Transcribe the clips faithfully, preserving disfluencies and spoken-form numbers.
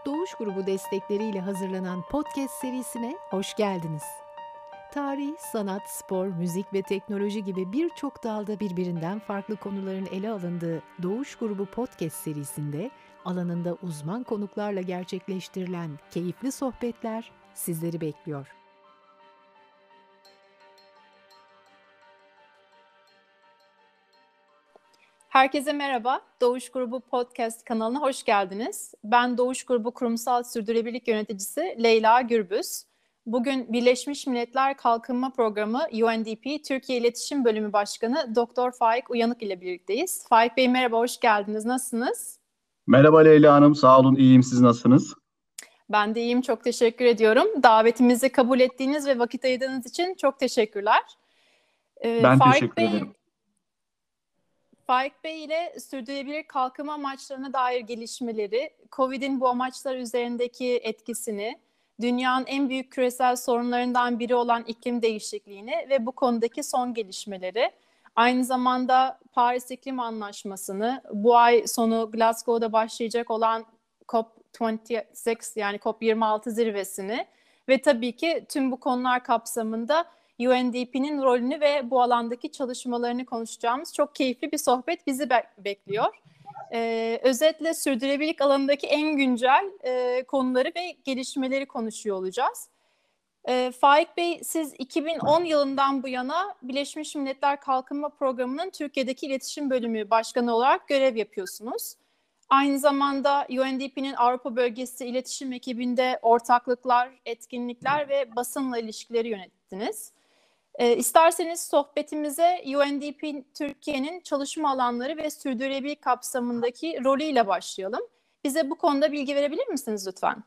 Doğuş Grubu destekleriyle hazırlanan podcast serisine hoş geldiniz. Tarih, sanat, spor, müzik ve teknoloji gibi birçok dalda birbirinden farklı konuların ele alındığı Doğuş Grubu podcast serisinde alanında uzman konuklarla gerçekleştirilen keyifli sohbetler sizleri bekliyor. Herkese merhaba. Doğuş Grubu Podcast kanalına hoş geldiniz. Ben Doğuş Grubu Kurumsal Sürdürülebilirlik Yöneticisi Leyla Gürbüz. Bugün Birleşmiş Milletler Kalkınma Programı U N D P Türkiye İletişim Bölümü Başkanı Doktor Faik Uyanık ile birlikteyiz. Faik Bey merhaba, hoş geldiniz. Nasılsınız? Merhaba Leyla Hanım, sağ olun, iyiyim. Siz nasılsınız? Ben de iyiyim, çok teşekkür ediyorum. Davetimizi kabul ettiğiniz ve vakit ayırdığınız için çok teşekkürler. Ee, ben Faik teşekkür Bey, ederim. Faik Bey ile sürdürülebilir kalkınma amaçlarına dair gelişmeleri, Covid'in bu amaçlar üzerindeki etkisini, dünyanın en büyük küresel sorunlarından biri olan iklim değişikliğini ve bu konudaki son gelişmeleri, aynı zamanda Paris İklim Anlaşması'nı, bu ay sonu Glasgow'da başlayacak olan COP yirmi altı yani COP yirmi altı zirvesini ve tabii ki tüm bu konular kapsamında U N D P'nin rolünü ve bu alandaki çalışmalarını konuşacağımız çok keyifli bir sohbet bizi be- bekliyor. Ee, özetle sürdürülebilirlik alanındaki en güncel e, konuları ve gelişmeleri konuşuyor olacağız. Ee, Faik Bey, siz iki bin on yılından bu yana Birleşmiş Milletler Kalkınma Programı'nın Türkiye'deki İletişim Bölümü Başkanı olarak görev yapıyorsunuz. Aynı zamanda U N D P'nin Avrupa Bölgesi İletişim Ekibi'nde ortaklıklar, etkinlikler ve basınla ilişkileri yönettiniz. E, isterseniz sohbetimize U N D P Türkiye'nin çalışma alanları ve sürdürülebilirlik kapsamındaki rolüyle başlayalım. Bize bu konuda bilgi verebilir misiniz lütfen?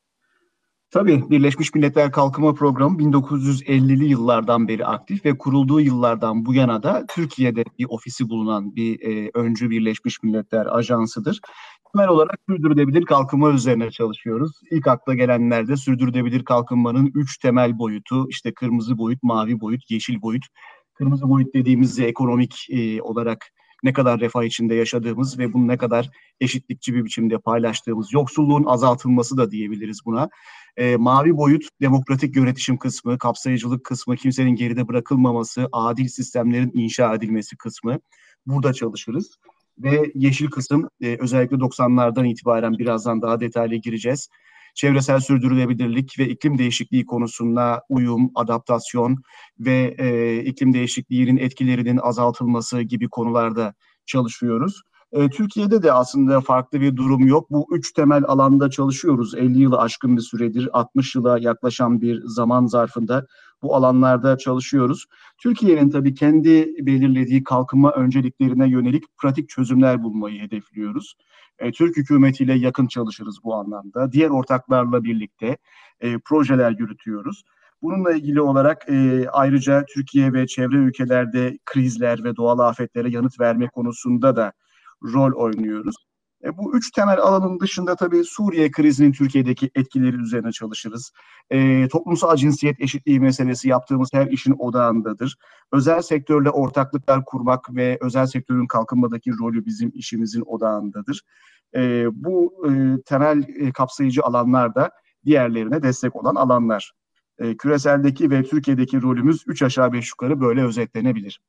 Tabii, Birleşmiş Milletler Kalkınma Programı bin dokuz yüz ellili yıllardan beri aktif ve kurulduğu yıllardan bu yana da Türkiye'de bir ofisi bulunan bir e, öncü Birleşmiş Milletler Ajansı'dır. Temel olarak sürdürülebilir kalkınma üzerine çalışıyoruz. İlk akla gelenlerde sürdürülebilir kalkınmanın üç temel boyutu, işte kırmızı boyut, mavi boyut, yeşil boyut. Kırmızı boyut dediğimizde ekonomik e, olarak ne kadar refah içinde yaşadığımız ve bunu ne kadar eşitlikçi bir biçimde paylaştığımız, yoksulluğun azaltılması da diyebiliriz buna. E, mavi boyut, demokratik yönetişim kısmı, kapsayıcılık kısmı, kimsenin geride bırakılmaması, adil sistemlerin inşa edilmesi kısmı. Burada çalışırız. Ve yeşil kısım, e, özellikle doksanlardan itibaren birazdan daha detaylı gireceğiz. Çevresel sürdürülebilirlik ve iklim değişikliği konusunda uyum, adaptasyon ve e, iklim değişikliğinin etkilerinin azaltılması gibi konularda çalışıyoruz. E, Türkiye'de de aslında farklı bir durum yok. Bu üç temel alanda çalışıyoruz. elli yılı aşkın bir süredir, altmış yıla yaklaşan bir zaman zarfında bu alanlarda çalışıyoruz. Türkiye'nin tabii kendi belirlediği kalkınma önceliklerine yönelik pratik çözümler bulmayı hedefliyoruz. E, Türk hükümetiyle yakın çalışırız bu anlamda. Diğer ortaklarla birlikte e, projeler yürütüyoruz. Bununla ilgili olarak e, ayrıca Türkiye ve çevre ülkelerde krizler ve doğal afetlere yanıt verme konusunda da rol oynuyoruz. E, bu üç temel alanın dışında tabii Suriye krizinin Türkiye'deki etkileri üzerine çalışırız. E, toplumsal cinsiyet eşitliği meselesi yaptığımız her işin odağındadır. Özel sektörle ortaklıklar kurmak ve özel sektörün kalkınmadaki rolü bizim işimizin odağındadır. E, bu e, temel e, kapsayıcı alanlar da diğerlerine destek olan alanlar. E, küreseldeki ve Türkiye'deki rolümüz üç aşağı beş yukarı böyle özetlenebilir.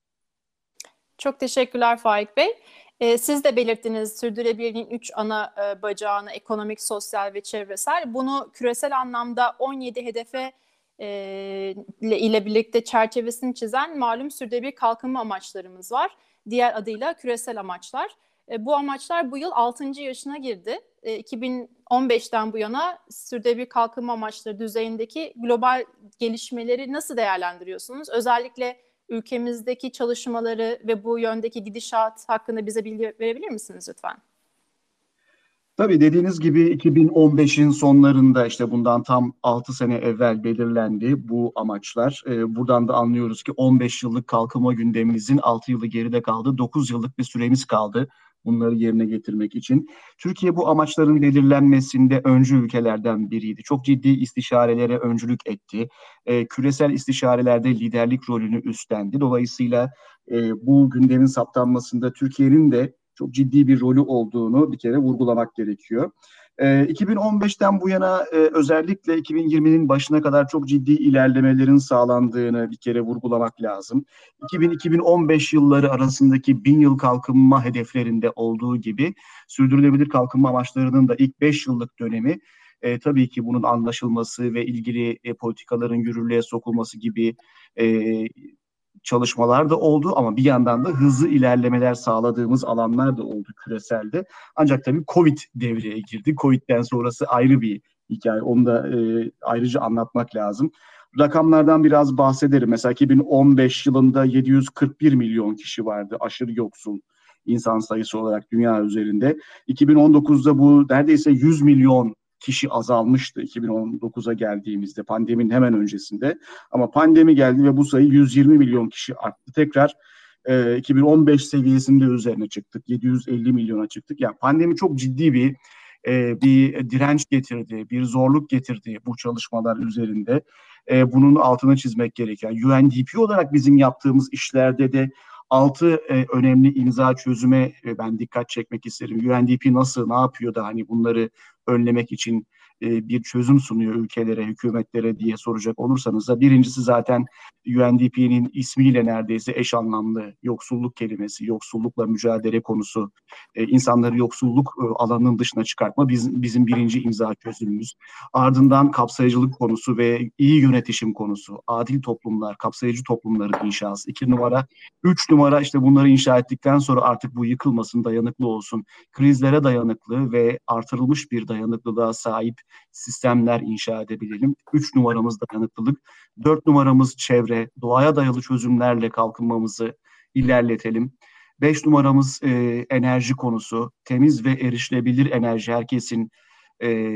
Çok teşekkürler Faik Bey. Ee, siz de belirttiniz sürdürülebilirliğin üç ana e, bacağını, ekonomik, sosyal ve çevresel. Bunu küresel anlamda on yedi hedefe e, ile, ile birlikte çerçevesini çizen malum sürdürülebilir kalkınma amaçlarımız var. Diğer adıyla küresel amaçlar. E, bu amaçlar bu yıl altıncı yaşına girdi. E, iki bin on beşten bu yana sürdürülebilir kalkınma amaçları düzeyindeki global gelişmeleri nasıl değerlendiriyorsunuz? Özellikle ülkemizdeki çalışmaları ve bu yöndeki gidişat hakkında bize bilgi verebilir misiniz lütfen? Tabii dediğiniz gibi iki bin on beşin sonlarında işte bundan tam altı sene evvel belirlendi bu amaçlar. Ee, buradan da anlıyoruz ki on beş yıllık kalkınma gündemimizin altı yılı geride kaldı. dokuz yıllık bir süremiz kaldı bunları yerine getirmek için. Türkiye bu amaçların belirlenmesinde öncü ülkelerden biriydi. Çok ciddi istişarelere öncülük etti. Ee, küresel istişarelerde liderlik rolünü üstlendi. Dolayısıyla e, bu gündemin saptanmasında Türkiye'nin de çok ciddi bir rolü olduğunu bir kere vurgulamak gerekiyor. E, iki bin on beşten bu yana e, özellikle iki bin yirminin başına kadar çok ciddi ilerlemelerin sağlandığını bir kere vurgulamak lazım. iki bin iki bin on beş yılları arasındaki bin yıl kalkınma hedeflerinde olduğu gibi sürdürülebilir kalkınma amaçlarının da ilk beş yıllık dönemi e, tabii ki bunun anlaşılması ve ilgili e, politikaların yürürlüğe sokulması gibi e, çalışmalar da oldu ama bir yandan da hızlı ilerlemeler sağladığımız alanlar da oldu küreselde. Ancak tabii Covid devreye girdi. Covid'den sonrası ayrı bir hikaye. Onu da e, ayrıca anlatmak lazım. Rakamlardan biraz bahsederim. Mesela iki bin on beş yılında yedi yüz kırk bir milyon kişi vardı aşırı yoksul insan sayısı olarak dünya üzerinde. iki bin on dokuzda bu neredeyse yüz milyon kişi azalmıştı iki bin on dokuza geldiğimizde, pandeminin hemen öncesinde. Ama pandemi geldi ve bu sayı yüz yirmi milyon kişi arttı. Tekrar e, iki bin on beş seviyesinde üzerine çıktık. yedi yüz elli milyona çıktık. Yani pandemi çok ciddi bir e, bir direnç getirdi, bir zorluk getirdi bu çalışmalar üzerinde. E, bunun altını çizmek gerekiyor. U N D P olarak bizim yaptığımız işlerde de altı e, önemli imza çözüme e, ben dikkat çekmek isterim. U N D P nasıl, ne yapıyor da hani bunları önlemek için e, bir çözüm sunuyor ülkelere, hükümetlere diye soracak olursanız da birincisi zaten U N D P'nin ismiyle neredeyse eş anlamlı yoksulluk kelimesi, yoksullukla mücadele konusu, e, insanları yoksulluk e, alanının dışına çıkartma bizim, bizim birinci imza çözümümüz. Ardından kapsayıcılık konusu ve iyi yönetişim konusu, adil toplumlar, kapsayıcı toplumların inşası. İki numara, üç numara işte bunları inşa ettikten sonra artık bu yıkılmasın, dayanıklı olsun, krizlere dayanıklı ve artırılmış bir dayanıklılığa sahip sistemler inşa edebilelim. Üç numaramız dayanıklılık. Dört numaramız çevre, doğaya dayalı çözümlerle kalkınmamızı ilerletelim. Beş numaramız e, enerji konusu. Temiz ve erişilebilir enerji herkesin e,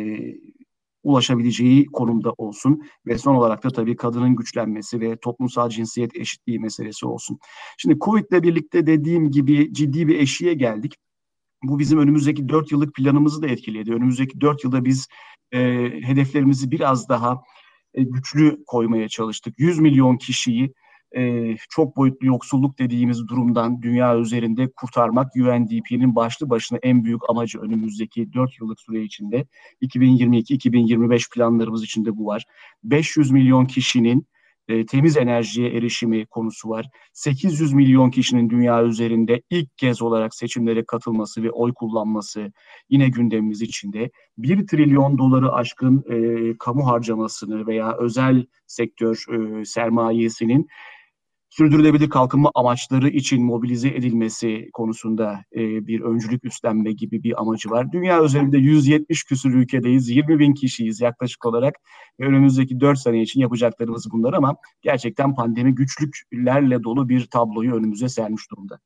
ulaşabileceği konumda olsun. Ve son olarak da tabii kadının güçlenmesi ve toplumsal cinsiyet eşitliği meselesi olsun. Şimdi Covid'le birlikte dediğim gibi ciddi bir eşiğe geldik. Bu bizim önümüzdeki dört yıllık planımızı da etkiledi. Önümüzdeki dört yılda biz e, hedeflerimizi biraz daha e, güçlü koymaya çalıştık. yüz milyon kişiyi e, çok boyutlu yoksulluk dediğimiz durumdan dünya üzerinde kurtarmak U N D P'nin başlı başına en büyük amacı önümüzdeki dört yıllık süre içinde. iki bin yirmi iki iki bin yirmi beş planlarımız içinde bu var. beş yüz milyon kişinin E, temiz enerjiye erişimi konusu var. sekiz yüz milyon kişinin dünya üzerinde ilk kez olarak seçimlere katılması ve oy kullanması yine gündemimiz içinde. bir trilyon doları aşkın e, kamu harcamasını veya özel sektör e, sermayesinin sürdürülebilir kalkınma amaçları için mobilize edilmesi konusunda e, bir öncülük üstlenme gibi bir amacı var. Dünya üzerinde yüz yetmiş küsur ülkedeyiz, yirmi bin kişiyiz yaklaşık olarak. Ve önümüzdeki dört sene için yapacaklarımız bunlar ama gerçekten pandemi güçlüklerle dolu bir tabloyu önümüze sermiş durumda.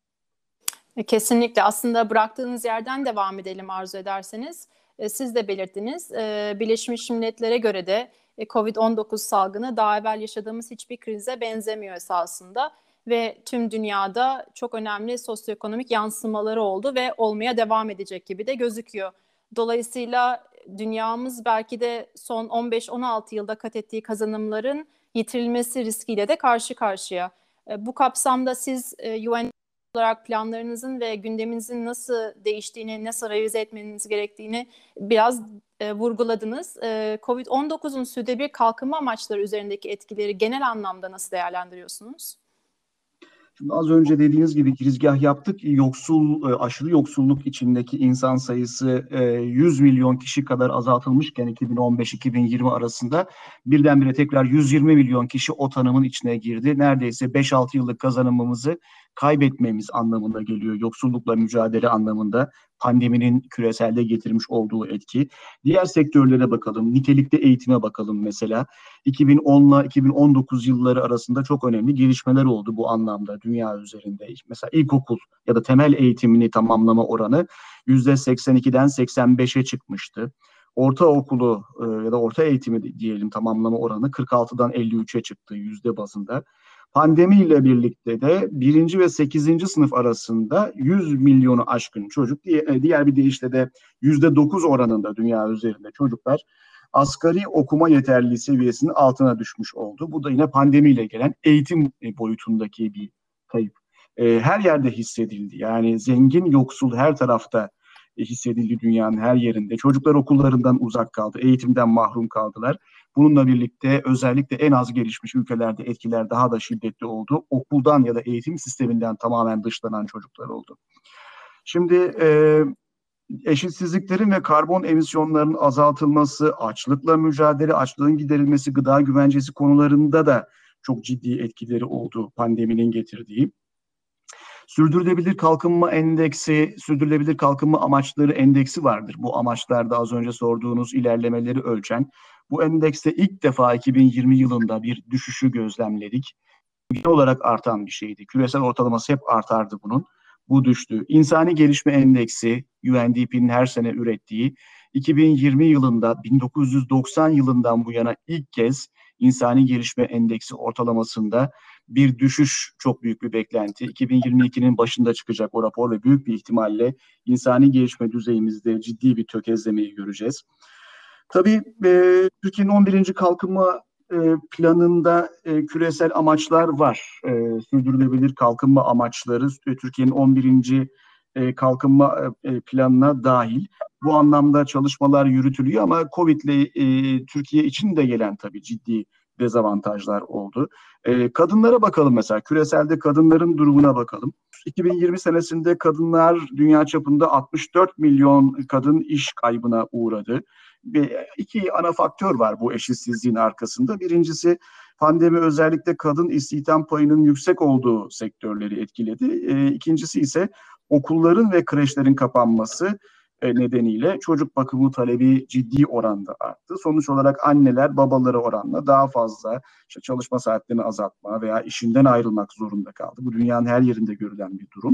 Kesinlikle. Aslında bıraktığınız yerden devam edelim arzu ederseniz. Siz de belirttiniz. Birleşmiş Milletler'e göre de kovid on dokuz salgını daha evvel yaşadığımız hiçbir krize benzemiyor esasında ve tüm dünyada çok önemli sosyoekonomik yansımaları oldu ve olmaya devam edecek gibi de gözüküyor. Dolayısıyla dünyamız belki de son on beş on altı yılda kat ettiği kazanımların yitirilmesi riskiyle de karşı karşıya. Bu kapsamda siz U N olarak planlarınızın ve gündeminizin nasıl değiştiğini, nasıl revize etmeniz gerektiğini biraz e, vurguladınız. E, kovid on dokuzun sürdürülebilir kalkınma amaçları üzerindeki etkileri genel anlamda nasıl değerlendiriyorsunuz? Şimdi az önce dediğiniz gibi girizgah yaptık. Yoksul, aşırı yoksulluk içindeki insan sayısı yüz milyon kişi kadar azaltılmışken iki bin on beş iki bin yirmi arasında birdenbire tekrar yüz yirmi milyon kişi o tanımın içine girdi. Neredeyse beş altı yıllık kazanımımızı kaybetmemiz anlamına geliyor. Yoksullukla mücadele anlamında pandeminin küreselde getirmiş olduğu etki. Diğer sektörlere bakalım. Nitelikli eğitime bakalım mesela. iki bin on ile iki bin on dokuz yılları arasında çok önemli gelişmeler oldu bu anlamda dünya üzerinde. Mesela ilkokul ya da temel eğitimini tamamlama oranı yüzde seksen ikiden seksen beşe çıkmıştı. Ortaokulu e, ya da orta eğitimi diyelim tamamlama oranı kırk altıdan elli üçe çıktı yüzde bazında. Pandemiyle birlikte de birinci ve sekizinci sınıf arasında yüz milyonu aşkın çocuk, diğer bir deyişle de yüzde dokuz oranında dünya üzerinde çocuklar asgari okuma yeterliliği seviyesinin altına düşmüş oldu. Bu da yine pandemiyle gelen eğitim boyutundaki bir kayıp. e, her yerde hissedildi. Yani zengin, yoksul her tarafta e, hissedildi dünyanın her yerinde. Çocuklar okullarından uzak kaldı, eğitimden mahrum kaldılar. Bununla birlikte özellikle en az gelişmiş ülkelerde etkiler daha da şiddetli oldu. Okuldan ya da eğitim sisteminden tamamen dışlanan çocuklar oldu. Şimdi e, eşitsizliklerin ve karbon emisyonlarının azaltılması, açlıkla mücadele, açlığın giderilmesi, gıda güvencesi konularında da çok ciddi etkileri oldu pandeminin getirdiği. Sürdürülebilir kalkınma endeksi, sürdürülebilir kalkınma amaçları endeksi vardır. Bu amaçlarda az önce sorduğunuz ilerlemeleri ölçen. Bu endekste ilk defa iki bin yirmi yılında bir düşüşü gözlemledik. Genel olarak artan bir şeydi. Küresel ortalaması hep artardı bunun. Bu düştü. İnsani Gelişme Endeksi, U N D P'nin her sene ürettiği, iki bin yirmi yılında bin dokuz yüz doksan yılından bu yana ilk kez İnsani Gelişme Endeksi ortalamasında bir düşüş, çok büyük bir beklenti. iki bin yirmi ikinin başında çıkacak o rapor ve büyük bir ihtimalle insani gelişme düzeyimizde ciddi bir tökezlemeyi göreceğiz. Tabii e, Türkiye'nin on birinci kalkınma e, planında e, küresel amaçlar var. E, sürdürülebilir kalkınma amaçları e, Türkiye'nin on birinci E, kalkınma e, planına dahil. Bu anlamda çalışmalar yürütülüyor ama Covid ile e, Türkiye için de gelen tabii ciddi dezavantajlar oldu. E, kadınlara bakalım mesela. Küreselde kadınların durumuna bakalım. iki bin yirmi senesinde kadınlar dünya çapında altmış dört milyon kadın iş kaybına uğradı. Ve iki ana faktör var bu eşitsizliğin arkasında. Birincisi pandemi özellikle kadın istihdam payının yüksek olduğu sektörleri etkiledi. E, ikincisi ise okulların ve kreşlerin kapanması e, nedeniyle çocuk bakımı talebi ciddi oranda arttı. Sonuç olarak anneler babalara oranla daha fazla işte çalışma saatlerini azaltma veya işinden ayrılmak zorunda kaldı. Bu dünyanın her yerinde görülen bir durum.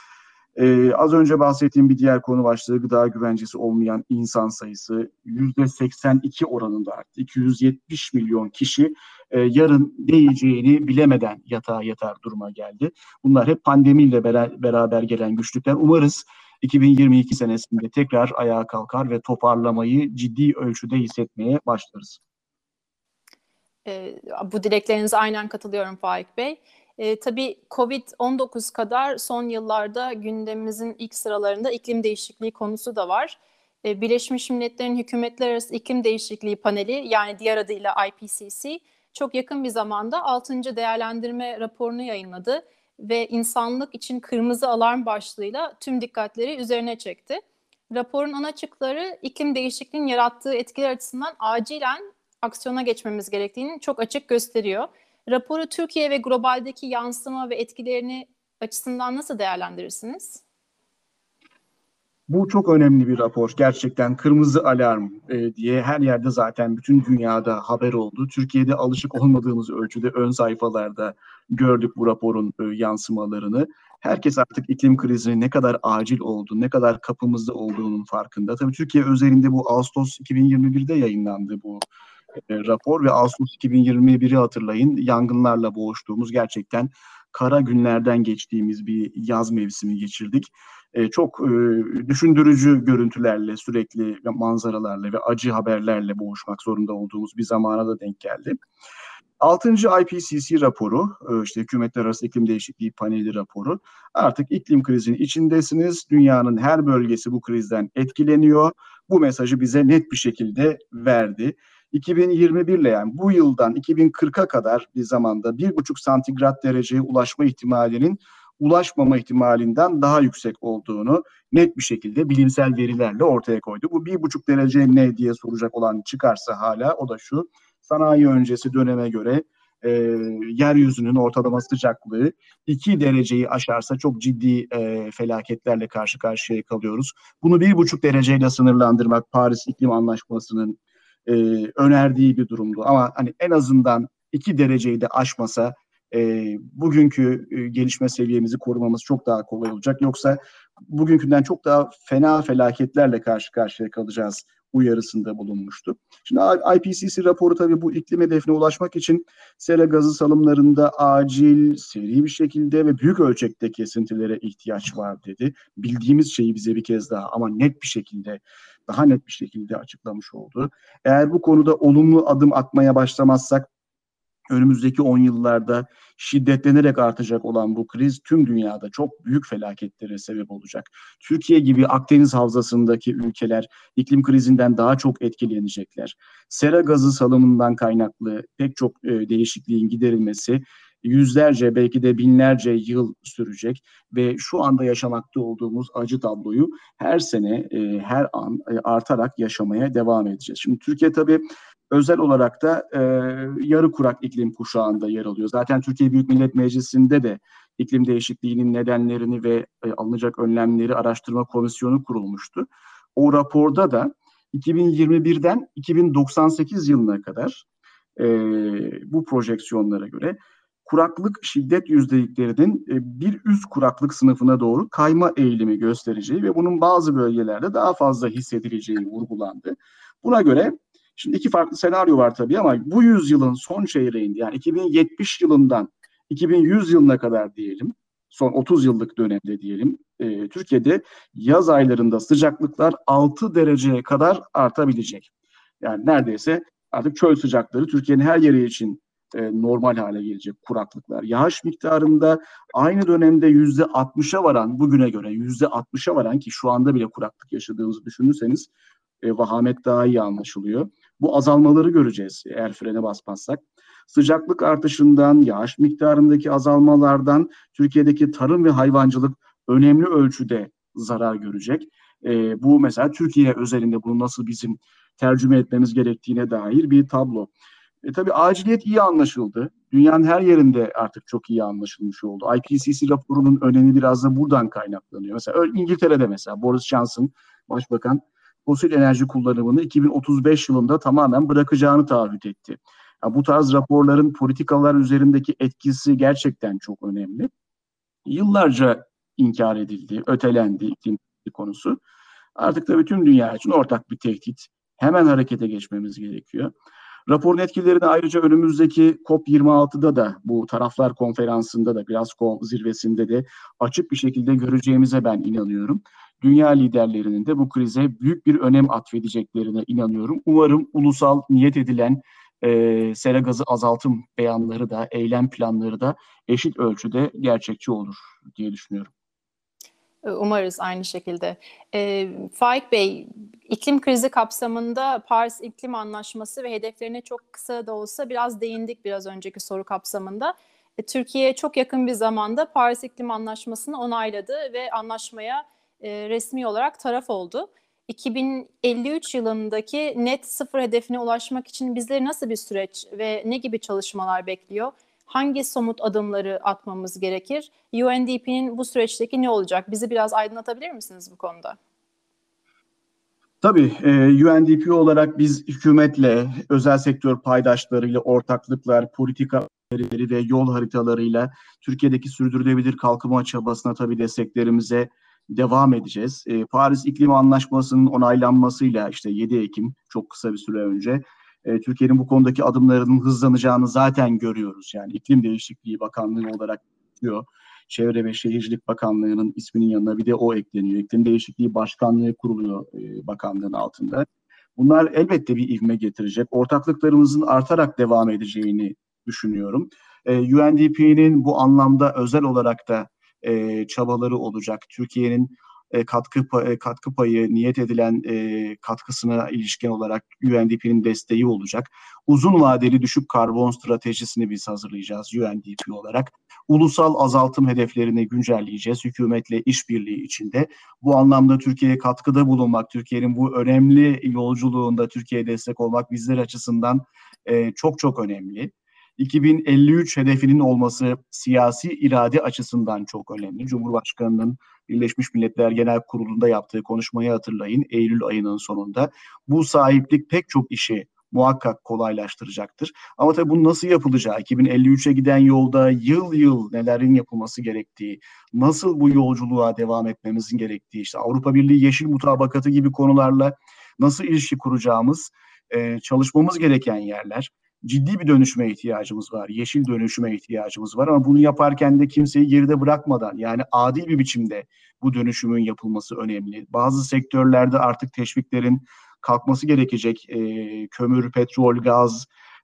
Ee, az önce bahsettiğim bir diğer konu başlığı gıda güvencesi olmayan insan sayısı yüzde seksen iki oranında arttı. iki yüz yetmiş milyon kişi e, yarın ne yiyeceğini bilemeden yatağa yatar duruma geldi. Bunlar hep pandemiyle bera- beraber gelen güçlükler. Umarız iki bin yirmi iki senesinde tekrar ayağa kalkar ve toparlamayı ciddi ölçüde hissetmeye başlarız. E, bu dileklerinize aynen katılıyorum Faik Bey. E, tabii kovid on dokuz kadar son yıllarda gündemimizin ilk sıralarında iklim değişikliği konusu da var. E, Birleşmiş Milletler'in Hükümetler Arası İklim Değişikliği Paneli, yani diğer adıyla I P C C, çok yakın bir zamanda altıncı değerlendirme raporunu yayınladı ve insanlık için kırmızı alarm başlığıyla tüm dikkatleri üzerine çekti. Raporun ana açıkları iklim değişikliğinin yarattığı etkiler açısından acilen aksiyona geçmemiz gerektiğini çok açık gösteriyor. Raporu Türkiye ve globaldeki yansıma ve etkilerini açısından nasıl değerlendirirsiniz? Bu çok önemli bir rapor. Gerçekten kırmızı alarm e, diye her yerde zaten bütün dünyada haber oldu. Türkiye'de alışık olmadığımız ölçüde ön sayfalarda gördük bu raporun e, yansımalarını. Herkes artık iklim krizinin ne kadar acil olduğu, ne kadar kapımızda olduğunun farkında. Tabii Türkiye özelinde bu Ağustos iki bin yirmi birde yayınlandı bu e, rapor ve Ağustos iki bin yirmi biri hatırlayın, yangınlarla boğuştuğumuz, gerçekten kara günlerden geçtiğimiz bir yaz mevsimi geçirdik. E, çok e, düşündürücü görüntülerle, sürekli manzaralarla ve acı haberlerle boğuşmak zorunda olduğumuz bir zamana da denk geldi. Altıncı I P C C raporu, işte Hükümetler Arası İklim Değişikliği Paneli raporu. Artık iklim krizinin içindesiniz. Dünyanın her bölgesi bu krizden etkileniyor. Bu mesajı bize net bir şekilde verdi. iki bin yirmi bir ile, yani bu yıldan iki bin kırka kadar bir zamanda bir buçuk santigrat dereceye ulaşma ihtimalinin ulaşmama ihtimalinden daha yüksek olduğunu net bir şekilde bilimsel verilerle ortaya koydu. Bu bir buçuk derece ne diye soracak olan çıkarsa hala, o da şu: sanayi öncesi döneme göre e, yeryüzünün ortalama sıcaklığı iki dereceyi aşarsa çok ciddi e, felaketlerle karşı karşıya kalıyoruz. Bunu bir buçuk dereceyle sınırlandırmak Paris İklim Anlaşması'nın e, önerdiği bir durumdu. Ama hani en azından iki dereceyi de aşmasa e, bugünkü e, gelişme seviyemizi korumamız çok daha kolay olacak. Yoksa bugünkünden çok daha fena felaketlerle karşı karşıya kalacağız uyarısında bulunmuştu. Şimdi I P C C raporu tabii bu iklim hedefine ulaşmak için sera gazı salımlarında acil, seri bir şekilde ve büyük ölçekte kesintilere ihtiyaç var dedi. Bildiğimiz şeyi bize bir kez daha ama net bir şekilde, daha net bir şekilde açıklamış oldu. Eğer bu konuda olumlu adım atmaya başlamazsak önümüzdeki on yıllarda şiddetlenerek artacak olan bu kriz tüm dünyada çok büyük felaketlere sebep olacak. Türkiye gibi Akdeniz havzasındaki ülkeler iklim krizinden daha çok etkilenecekler. Sera gazı salımından kaynaklı pek çok e, değişikliğin giderilmesi yüzlerce belki de binlerce yıl sürecek ve şu anda yaşamakta olduğumuz acı tabloyu her sene, e, her an e, artarak yaşamaya devam edeceğiz. Şimdi Türkiye tabii özel olarak da e, yarı kurak iklim kuşağında yer alıyor. Zaten Türkiye Büyük Millet Meclisi'nde de iklim değişikliğinin nedenlerini ve e, alınacak önlemleri araştırma komisyonu kurulmuştu. O raporda da iki bin yirmi birden iki bin doksan sekiz yılına kadar e, bu projeksiyonlara göre kuraklık şiddet yüzdeliklerinin e, bir üst kuraklık sınıfına doğru kayma eğilimi göstereceği ve bunun bazı bölgelerde daha fazla hissedileceği vurgulandı. Buna göre şimdi iki farklı senaryo var tabii ama bu yüzyılın son çeyreğinde yani iki bin yetmiş yılından iki bin yüz yılına kadar diyelim, son otuz yıllık dönemde diyelim, e, Türkiye'de yaz aylarında sıcaklıklar altı dereceye kadar artabilecek. Yani neredeyse artık çöl sıcakları Türkiye'nin her yeri için e, normal hale gelecek kuraklıklar. Yağış miktarında aynı dönemde yüzde altmışa varan, bugüne göre yüzde altmışa varan ki şu anda bile kuraklık yaşadığımızı düşünürseniz e, vahamet daha iyi anlaşılıyor. Bu azalmaları göreceğiz eğer frene basmazsak. Sıcaklık artışından, yağış miktarındaki azalmalardan Türkiye'deki tarım ve hayvancılık önemli ölçüde zarar görecek. E, bu mesela Türkiye özelinde bunu nasıl bizim tercüme etmemiz gerektiğine dair bir tablo. E, tabii aciliyet iyi anlaşıldı. Dünyanın her yerinde artık çok iyi anlaşılmış oldu. I P C C raporunun önemi biraz da buradan kaynaklanıyor. Mesela İngiltere'de mesela Boris Johnson, Başbakan, fosil enerji kullanımını iki bin otuz beş yılında tamamen bırakacağını taahhüt etti. Yani bu tarz raporların politikalar üzerindeki etkisi gerçekten çok önemli. Yıllarca inkar edildi, ötelendi iklim konusu. Artık tabii tüm dünya için ortak bir tehdit. Hemen harekete geçmemiz gerekiyor. Raporun etkilerini ayrıca önümüzdeki COP yirmi altıda da bu taraflar konferansında da Glasgow zirvesinde de açık bir şekilde göreceğimize ben inanıyorum. Dünya liderlerinin de bu krize büyük bir önem atfedeceklerine inanıyorum. Umarım ulusal niyet edilen e, sera gazı azaltım beyanları da, eylem planları da eşit ölçüde gerçekçi olur diye düşünüyorum. Umarız aynı şekilde. E, Faik Bey, iklim krizi kapsamında Paris İklim Anlaşması ve hedeflerine çok kısa da olsa biraz değindik biraz önceki soru kapsamında. E, Türkiye çok yakın bir zamanda Paris İklim Anlaşması'nı onayladı ve anlaşmaya e, resmi olarak taraf oldu. iki bin elli üç yılındaki net sıfır hedefine ulaşmak için bizleri nasıl bir süreç ve ne gibi çalışmalar bekliyor? Hangi somut adımları atmamız gerekir? U N D P'nin bu süreçteki ne olacak? Bizi biraz aydınlatabilir misiniz bu konuda? Tabii e, U N D P olarak biz hükümetle, özel sektör paydaşlarıyla ortaklıklar, politika önerileri ve yol haritalarıyla Türkiye'deki sürdürülebilir kalkınma çabasına tabii desteklerimize devam edeceğiz. E, Paris İklim Anlaşması'nın onaylanmasıyla işte yedi Ekim çok kısa bir süre önce e, Türkiye'nin bu konudaki adımlarının hızlanacağını zaten görüyoruz. Yani İklim Değişikliği Bakanlığı olarak diyor. Çevre ve Şehircilik Bakanlığı'nın isminin yanına bir de o ekleniyor. İklim Değişikliği Başkanlığı kuruluyor e, bakanlığın altında. Bunlar elbette bir ivme getirecek. Ortaklıklarımızın artarak devam edeceğini düşünüyorum. E, U N D P'nin bu anlamda özel olarak da e, çabaları olacak. Türkiye'nin e, katkı e, katkı payı, niyet edilen e, katkısına ilişkin olarak U N D P'nin desteği olacak. Uzun vadeli düşük karbon stratejisini biz hazırlayacağız U N D P olarak. Ulusal azaltım hedeflerini güncelleyeceğiz hükümetle işbirliği içinde. Bu anlamda Türkiye'ye katkıda bulunmak, Türkiye'nin bu önemli yolculuğunda Türkiye'ye destek olmak bizler açısından e, çok çok önemli. iki bin elli üç hedefinin olması siyasi irade açısından çok önemli. Cumhurbaşkanı'nın Birleşmiş Milletler Genel Kurulu'nda yaptığı konuşmayı hatırlayın Eylül ayının sonunda. Bu sahiplik pek çok işi muhakkak kolaylaştıracaktır. Ama tabii bunun nasıl yapılacağı, iki bin elli üçe giden yolda yıl yıl nelerin yapılması gerektiği, nasıl bu yolculuğa devam etmemizin gerektiği, işte Avrupa Birliği Yeşil Mutabakatı gibi konularla nasıl ilişki kuracağımız, e, çalışmamız gereken yerler. Ciddi bir dönüşüme ihtiyacımız var, yeşil dönüşüme ihtiyacımız var ama bunu yaparken de kimseyi geride bırakmadan, yani adil bir biçimde bu dönüşümün yapılması önemli. Bazı sektörlerde artık teşviklerin kalkması gerekecek. E, kömür, petrol, gaz,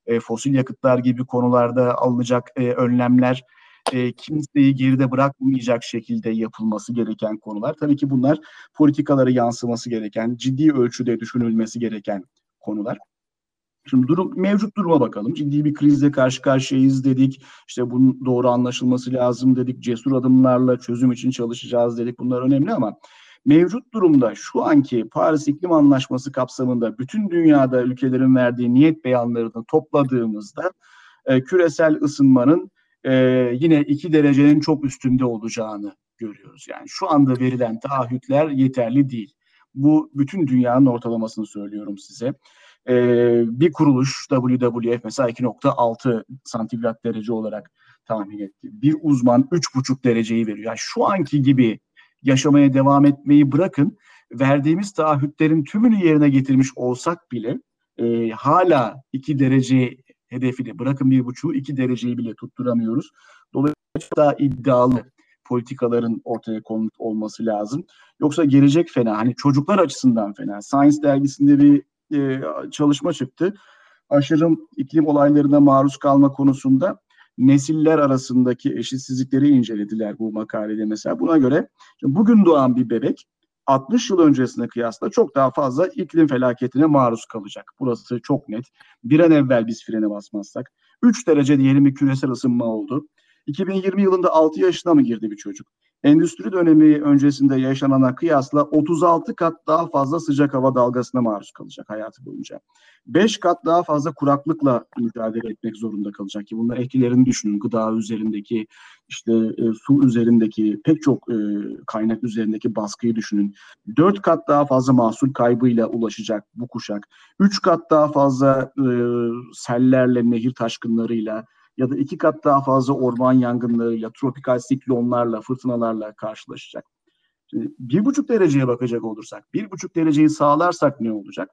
e, fosil yakıtlar gibi konularda alınacak e, önlemler e, kimseyi geride bırakmayacak şekilde yapılması gereken konular. Tabii ki bunlar politikalara yansıması gereken, ciddi ölçüde düşünülmesi gereken konular. Şimdi durum, mevcut duruma bakalım. Ciddi bir krizle karşı karşıyayız dedik. İşte bunun doğru anlaşılması lazım dedik. Cesur adımlarla çözüm için çalışacağız dedik. Bunlar önemli ama mevcut durumda şu anki Paris İklim Anlaşması kapsamında bütün dünyada ülkelerin verdiği niyet beyanlarını topladığımızda e, küresel ısınmanın e, yine iki derecenin çok üstünde olacağını görüyoruz. Yani şu anda verilen taahhütler yeterli değil. Bu bütün dünyanın ortalamasını söylüyorum size. Ee, bir kuruluş W W F mesela iki nokta altı santigrat derece olarak tahmin etti. Bir uzman üç buçuk dereceyi veriyor. Yani şu anki gibi yaşamaya devam etmeyi bırakın, verdiğimiz taahhütlerin tümünü yerine getirmiş olsak bile e, hala iki derece hedefini, bırakın bir buçuğu, iki dereceyi bile tutturamıyoruz. Dolayısıyla daha iddialı politikaların ortaya konmuş olması lazım. Yoksa gelecek fena. Hani çocuklar açısından fena. Science dergisinde bir e, çalışma çıktı. Aşırı iklim olaylarına maruz kalma konusunda nesiller arasındaki eşitsizlikleri incelediler bu makalede mesela. Buna göre bugün doğan bir bebek altmış yıl öncesine kıyasla çok daha fazla iklim felaketine maruz kalacak. Burası çok net. Bir an evvel biz frene basmazsak. üç derece diyelim bir küresel ısınma oldu. iki bin yirmi yılında altı yaşına mı girdi bir çocuk? Endüstri dönemi öncesinde yaşanana kıyasla otuz altı kat daha fazla sıcak hava dalgasına maruz kalacak hayatı boyunca. beş kat daha fazla kuraklıkla mücadele etmek zorunda kalacak ki bunlar etkilerini düşünün. Gıda üzerindeki, işte e, su üzerindeki, pek çok e, kaynak üzerindeki baskıyı düşünün. dört kat daha fazla mahsul kaybıyla ulaşacak bu kuşak. üç kat daha fazla e, sellerle, nehir taşkınlarıyla ya da iki kat daha fazla orman yangınlarıyla, tropikal siklonlarla, fırtınalarla karşılaşacak. Şimdi bir buçuk dereceye bakacak olursak, bir buçuk dereceyi sağlarsak ne olacak?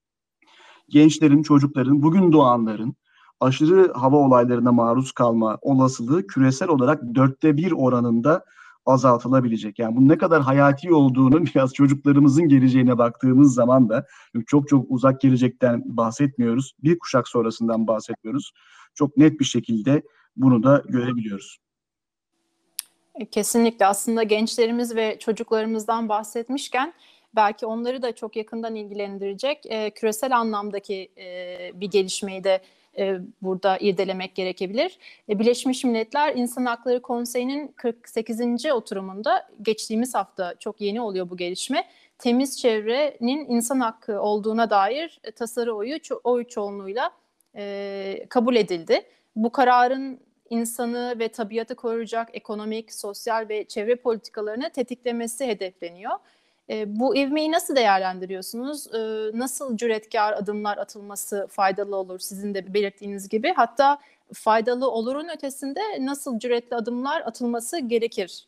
Gençlerin, çocukların, bugün doğanların aşırı hava olaylarına maruz kalma olasılığı küresel olarak dörtte bir oranında azaltılabilecek. Yani bunun ne kadar hayati olduğunu biraz çocuklarımızın geleceğine baktığımız zaman da çok çok uzak gelecekten bahsetmiyoruz. Bir kuşak sonrasından bahsetmiyoruz. Çok net bir şekilde bunu da görebiliyoruz. Kesinlikle, aslında gençlerimiz ve çocuklarımızdan bahsetmişken belki onları da çok yakından ilgilendirecek e, küresel anlamdaki e, bir gelişmeyi de e, burada irdelemek gerekebilir. E, Birleşmiş Milletler İnsan Hakları Konseyi'nin kırk sekizinci oturumunda, geçtiğimiz hafta, çok yeni oluyor bu gelişme, temiz çevrenin insan hakkı olduğuna dair e, tasarı oyu oy çoğunluğuyla e, kabul edildi. Bu kararın insanı ve tabiatı koruyacak ekonomik, sosyal ve çevre politikalarını tetiklemesi hedefleniyor. E, bu ivmeyi nasıl değerlendiriyorsunuz? E, nasıl cüretkar adımlar atılması faydalı olur sizin de belirttiğiniz gibi? Hatta faydalı olurun ötesinde nasıl cüretli adımlar atılması gerekir?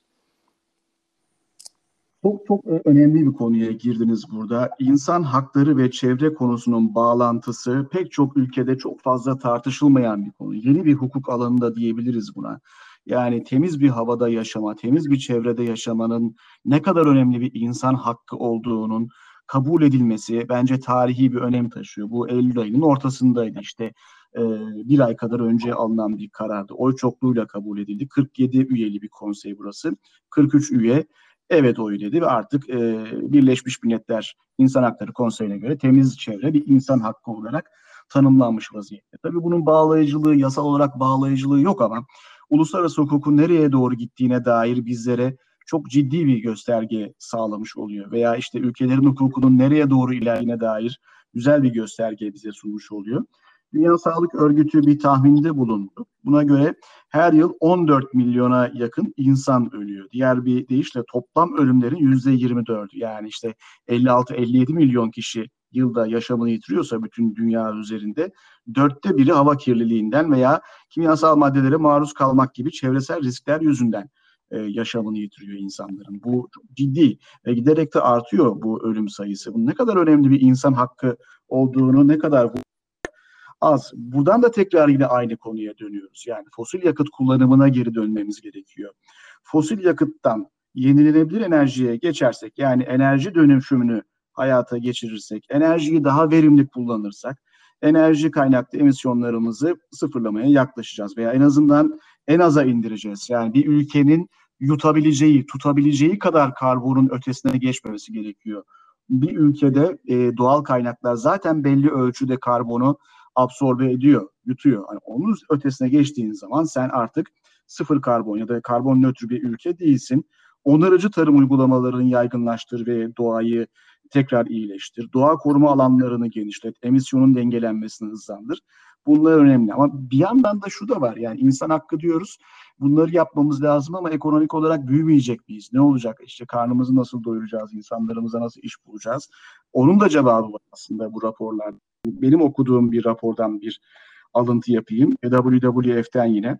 Çok çok önemli bir konuya girdiniz burada. İnsan hakları ve çevre konusunun bağlantısı pek çok ülkede çok fazla tartışılmayan bir konu. Yeni bir hukuk alanında diyebiliriz buna. Yani temiz bir havada yaşama, temiz bir çevrede yaşamanın ne kadar önemli bir insan hakkı olduğunun kabul edilmesi bence tarihi bir önem taşıyor. Bu Eylül ayının ortasındaydı işte. e, bir ay kadar önce alınan bir karardı. Oy çokluğuyla kabul edildi. kırk yedi üyeli bir konsey burası. kırk üç üye evet oyu dedi ve artık e, Birleşmiş Milletler İnsan Hakları Konseyi'ne göre temiz çevre bir insan hakkı olarak tanımlanmış vaziyette. Tabii bunun bağlayıcılığı, yasal olarak bağlayıcılığı yok ama uluslararası hukukun nereye doğru gittiğine dair bizlere çok ciddi bir gösterge sağlamış oluyor. Veya işte ülkelerin hukukunun nereye doğru ilerlediğine dair güzel bir gösterge bize sunmuş oluyor. Dünya Sağlık Örgütü bir tahminde bulundu. Buna göre her yıl on dört milyona yakın insan ölüyor. Diğer bir deyişle toplam ölümlerin yüzde yirmi dördü. Yani işte elli altı elli yedi milyon kişi yılda yaşamını yitiriyorsa bütün dünya üzerinde dörtte biri hava kirliliğinden veya kimyasal maddelere maruz kalmak gibi çevresel riskler yüzünden e, yaşamını yitiriyor insanların. Bu çok ciddi ve giderek de artıyor bu ölüm sayısı. Bunun ne kadar önemli bir insan hakkı olduğunu, ne kadar bu az. Buradan da tekrar yine aynı konuya dönüyoruz. Yani fosil yakıt kullanımına geri dönmemiz gerekiyor. Fosil yakıttan yenilenebilir enerjiye geçersek, yani enerji dönüşümünü hayata geçirirsek, enerjiyi daha verimli kullanırsak, enerji kaynaklı emisyonlarımızı sıfırlamaya yaklaşacağız veya en azından en aza indireceğiz. Yani bir ülkenin yutabileceği, tutabileceği kadar karbonun ötesine geçmemesi gerekiyor. Bir ülkede e, doğal kaynaklar zaten belli ölçüde karbonu absorbe ediyor, yutuyor. Yani onun ötesine geçtiğin zaman sen artık sıfır karbon ya da karbon nötr bir ülke değilsin. Onarıcı tarım uygulamalarını yaygınlaştır ve doğayı tekrar iyileştir. Doğa koruma alanlarını genişlet, emisyonun dengelenmesini hızlandır. Bunlar önemli ama bir yandan da şu da var, yani insan hakkı diyoruz. Bunları yapmamız lazım ama ekonomik olarak büyümeyecek miyiz? Ne olacak? İşte karnımızı nasıl doyuracağız? İnsanlarımıza nasıl iş bulacağız? Onun da cevabı var aslında bu raporlarda. Benim okuduğum bir rapordan bir alıntı yapayım. W W F'ten yine.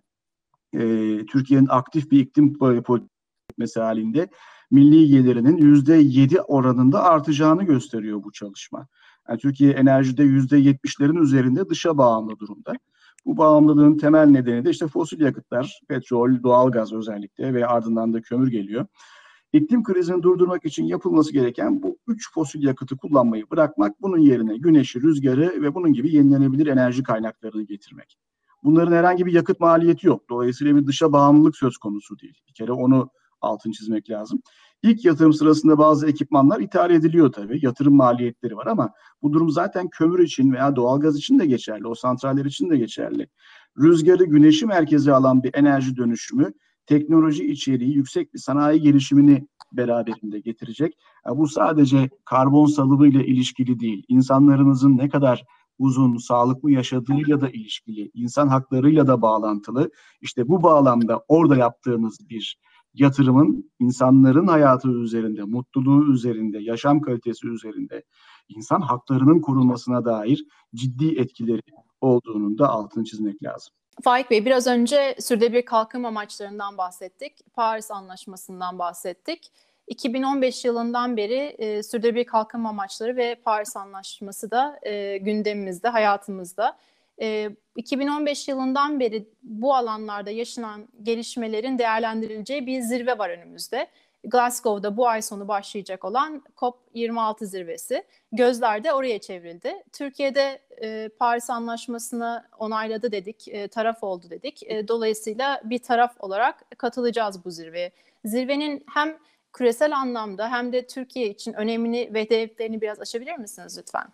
Ee, Türkiye'nin aktif bir iklim politikası halinde milli gelirinin yüzde yedi oranında artacağını gösteriyor bu çalışma. Yani Türkiye enerjide yüzde yetmişlerin üzerinde dışa bağımlı durumda. Bu bağımlılığın temel nedeni de işte fosil yakıtlar, petrol, doğalgaz özellikle ve ardından da kömür geliyor. İklim krizini durdurmak için yapılması gereken bu üç fosil yakıtı kullanmayı bırakmak, bunun yerine güneşi, rüzgarı ve bunun gibi yenilenebilir enerji kaynaklarını getirmek. Bunların herhangi bir yakıt maliyeti yok. Dolayısıyla bir dışa bağımlılık söz konusu değil. Bir kere onu altını çizmek lazım. İlk yatırım sırasında bazı ekipmanlar ithal ediliyor tabii. Yatırım maliyetleri var ama bu durum zaten kömür için veya doğalgaz için de geçerli. O santraller için de geçerli. Rüzgarı, güneşi merkeze alan bir enerji dönüşümü, teknoloji içeriği, yüksek bir sanayi gelişimini beraberinde getirecek. Yani bu sadece karbon salımı ile ilişkili değil. İnsanlarımızın ne kadar uzun, sağlıklı yaşadığıyla da ilişkili, insan haklarıyla da bağlantılı. İşte bu bağlamda orada yaptığımız bir yatırımın insanların hayatı üzerinde, mutluluğu üzerinde, yaşam kalitesi üzerinde, insan haklarının korunmasına dair ciddi etkileri olduğunun da altını çizmek lazım. Faik Bey, biraz önce sürdürülebilir kalkınma amaçlarından bahsettik, Paris Anlaşması'ndan bahsettik. iki bin on beş yılından beri e, sürdürülebilir kalkınma amaçları ve Paris Anlaşması da e, gündemimizde, hayatımızda. E, iki bin on beş yılından beri bu alanlarda yaşanan gelişmelerin değerlendirileceği bir zirve var önümüzde. Glasgow'da bu ay sonu başlayacak olan COP yirmi altı zirvesi. Gözler de oraya çevrildi. Türkiye'de e, Paris Anlaşması'nı onayladı dedik, e, taraf oldu dedik. E, dolayısıyla bir taraf olarak katılacağız bu zirveye. Zirvenin hem küresel anlamda hem de Türkiye için önemini ve hedeflerini biraz açabilir misiniz lütfen?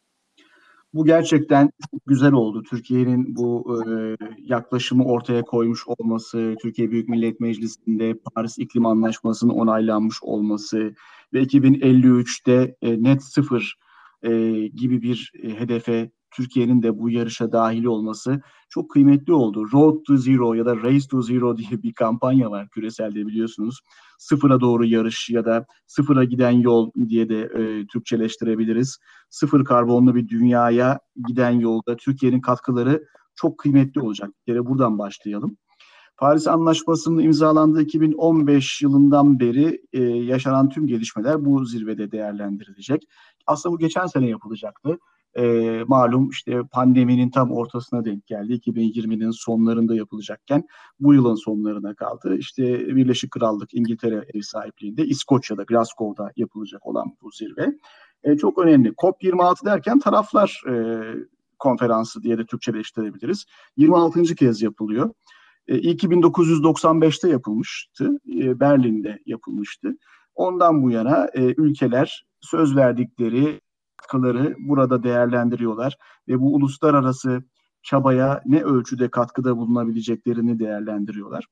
Bu gerçekten çok güzel oldu. Türkiye'nin bu e, yaklaşımı ortaya koymuş olması, Türkiye Büyük Millet Meclisi'nde Paris İklim Anlaşması'nın onaylanmış olması ve iki bin elli üçte e, net sıfır e, gibi bir e, hedefe Türkiye'nin de bu yarışa dahil olması çok kıymetli oldu. Road to Zero ya da Race to Zero diye bir kampanya var küreselde, biliyorsunuz. Sıfıra doğru yarış ya da sıfıra giden yol diye de e, Türkçeleştirebiliriz. Sıfır karbonlu bir dünyaya giden yolda Türkiye'nin katkıları çok kıymetli olacak. Bir kere buradan başlayalım. Paris Anlaşması'nın imzalandığı iki bin on beş yılından beri e, yaşanan tüm gelişmeler bu zirvede değerlendirilecek. Aslında bu geçen sene yapılacaktı. E, malum işte pandeminin tam ortasına denk geldi. iki bin yirminin sonlarında yapılacakken bu yılın sonlarına kaldı. İşte Birleşik Krallık, İngiltere ev sahipliğinde İskoçya'da, Glasgow'da yapılacak olan bu zirve e, çok önemli. COP yirmi altı derken taraflar e, konferansı diye de Türkçeleştirebiliriz. yirmi altıncı kez yapılıyor. E, İlki bin dokuz yüz doksan beşte yapılmıştı. E, Berlin'de yapılmıştı. Ondan bu yana e, ülkeler söz verdikleri katkıları burada değerlendiriyorlar ve bu uluslararası çabaya ne ölçüde katkıda bulunabileceklerini değerlendiriyorlar.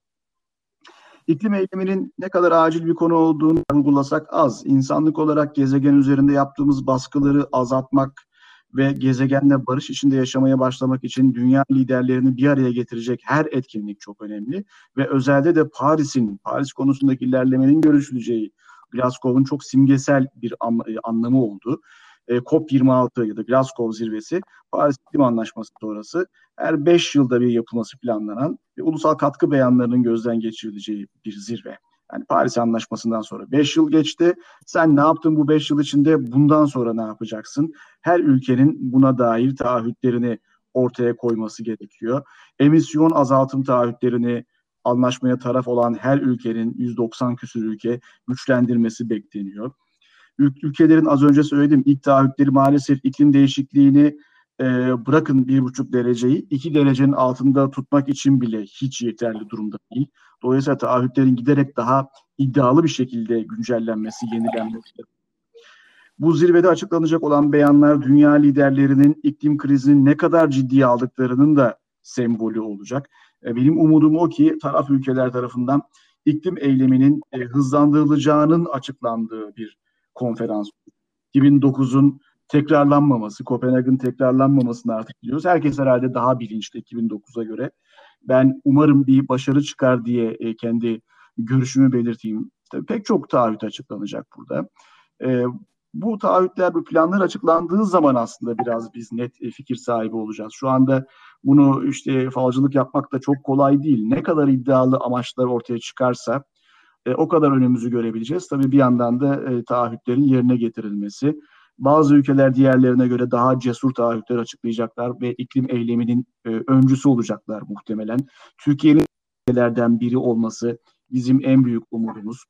İklim eyleminin ne kadar acil bir konu olduğunu vurgulasak az. İnsanlık olarak gezegen üzerinde yaptığımız baskıları azaltmak ve gezegenle barış içinde yaşamaya başlamak için dünya liderlerini bir araya getirecek her etkinlik çok önemli. Ve özellikle de Paris'in, Paris konusundaki ilerlemenin görüşüleceği, Glasgow'un çok simgesel bir anlamı oldu. E, COP yirmi altı ya da Glasgow zirvesi, Paris İklim Anlaşması sonrası her beş yılda bir yapılması planlanan ve ulusal katkı beyanlarının gözden geçirileceği bir zirve. Yani Paris Anlaşması'ndan sonra beş yıl geçti. Sen ne yaptın bu beş yıl içinde? Bundan sonra ne yapacaksın? Her ülkenin buna dair taahhütlerini ortaya koyması gerekiyor. Emisyon azaltım taahhütlerini anlaşmaya taraf olan her ülkenin yüz doksan küsur ülke güçlendirmesi bekleniyor. Ülkelerin az önce söylediğim ilk taahhütleri maalesef iklim değişikliğini e, bırakın bir buçuk dereceyi iki derecenin altında tutmak için bile hiç yeterli durumda değil. Dolayısıyla taahhütlerin giderek daha iddialı bir şekilde güncellenmesi, yenilenmesi. Bu zirvede açıklanacak olan beyanlar dünya liderlerinin iklim krizini ne kadar ciddiye aldıklarının da sembolü olacak. E, benim umudum o ki taraf ülkeler tarafından iklim eyleminin e, hızlandırılacağının açıklandığı bir konferans. iki bin dokuzun tekrarlanmaması, Kopenhag'ın tekrarlanmamasını artık biliyoruz. Herkes herhalde daha bilinçli iki bin dokuza göre. Ben umarım bir başarı çıkar diye e, kendi görüşümü belirteyim. Tabii pek çok taahhüt açıklanacak burada. E, bu taahhütler, bu planlar açıklandığı zaman aslında biraz biz net e, fikir sahibi olacağız. Şu anda bunu işte falcılık yapmak da çok kolay değil. Ne kadar iddialı amaçlar ortaya çıkarsa e, o kadar önümüzü görebileceğiz. Tabii bir yandan da e, taahhütlerin yerine getirilmesi. Bazı ülkeler diğerlerine göre daha cesur taahhütler açıklayacaklar ve iklim eyleminin e, öncüsü olacaklar muhtemelen. Türkiye'nin ülkelerden biri olması bizim en büyük umudumuz.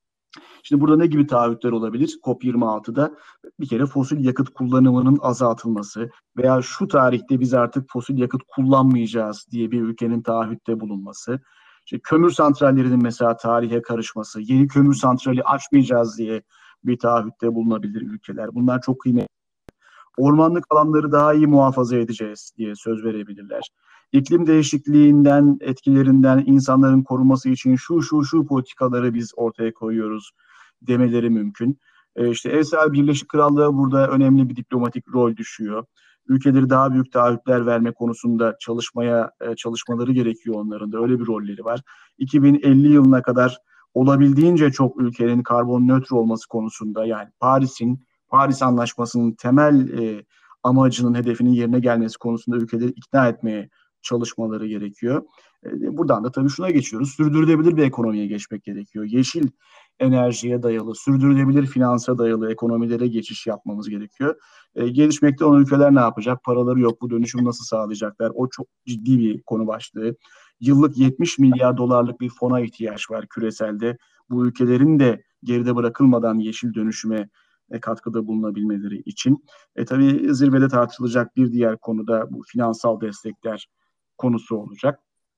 Şimdi burada ne gibi taahhütler olabilir? COP yirmi altıda bir kere fosil yakıt kullanımının azaltılması veya şu tarihte biz artık fosil yakıt kullanmayacağız diye bir ülkenin taahhütte bulunması. İşte kömür santrallerinin mesela tarihe karışması, yeni kömür santrali açmayacağız diye bir taahhütte bulunabilir ülkeler. Bunlar çok kıymetli. Ormanlık alanları daha iyi muhafaza edeceğiz diye söz verebilirler. İklim değişikliğinden, etkilerinden insanların korunması için şu şu şu politikaları biz ortaya koyuyoruz demeleri mümkün. E işte ev sahibi Birleşik Krallığı burada önemli bir diplomatik rol düşüyor. Ülkeleri daha büyük taahhütler verme konusunda çalışmaya çalışmaları gerekiyor onların da. Öyle bir rolleri var. iki bin elli yılına kadar olabildiğince çok ülkenin karbon nötr olması konusunda, yani Paris'in Paris Anlaşması'nın temel e, amacının, hedefinin yerine gelmesi konusunda ülkeleri ikna etmeye çalışmaları gerekiyor. E, buradan da tabii şuna geçiyoruz. Sürdürülebilir bir ekonomiye geçmek gerekiyor. Yeşil enerjiye dayalı, sürdürülebilir finansa dayalı ekonomilere geçiş yapmamız gerekiyor. E, gelişmekte olan ülkeler ne yapacak? Paraları yok. Bu dönüşümü nasıl sağlayacaklar? O çok ciddi bir konu başlığı. Yıllık yetmiş milyar dolarlık bir fona ihtiyaç var küreselde. Bu ülkelerin de geride bırakılmadan yeşil dönüşüme e, katkıda bulunabilmeleri için. E, tabii zirvede tartışılacak bir diğer konu da bu finansal destekler konusu olacak.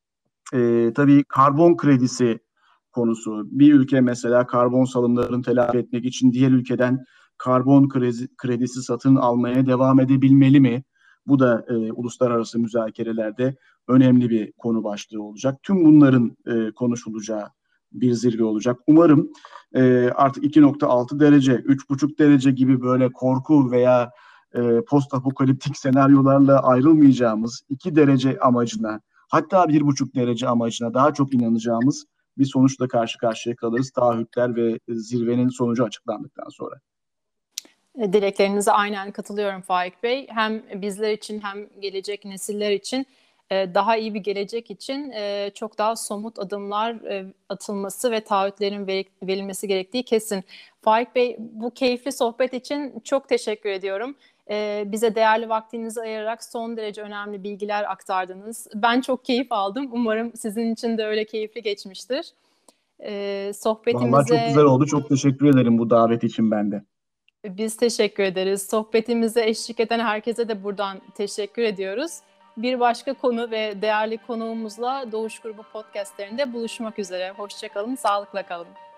E, tabii karbon kredisi konusu. Bir ülke mesela karbon salımlarını telafi etmek için diğer ülkeden karbon kredi, kredisi satın almaya devam edebilmeli mi? Bu da e, uluslararası müzakerelerde önemli bir konu başlığı olacak. Tüm bunların e, konuşulacağı bir zirve olacak. Umarım e, artık iki nokta altı derece, üç buçuk derece gibi böyle korku veya e, post apokaliptik senaryolarla ayrılmayacağımız iki derece amacına, hatta bir buçuk derece amacına daha çok inanacağımız bir sonuçla karşı karşıya kalırız taahhütler ve zirvenin sonucu açıklandıktan sonra. Dileklerinize aynen katılıyorum Faik Bey. Hem bizler için hem gelecek nesiller için, daha iyi bir gelecek için çok daha somut adımlar atılması ve taahhütlerin verilmesi gerektiği kesin. Faik Bey, bu keyifli sohbet için çok teşekkür ediyorum. Bize değerli vaktinizi ayırarak son derece önemli bilgiler aktardınız. Ben çok keyif aldım. Umarım sizin için de öyle keyifli geçmiştir. Sohbetimize... Vallahi çok güzel oldu. Çok teşekkür ederim bu davet için ben de. Biz teşekkür ederiz. Sohbetimize eşlik eden herkese de buradan teşekkür ediyoruz. Bir başka konu ve değerli konuğumuzla Doğuş Grubu podcastlerinde buluşmak üzere. Hoşça kalın, sağlıkla kalın.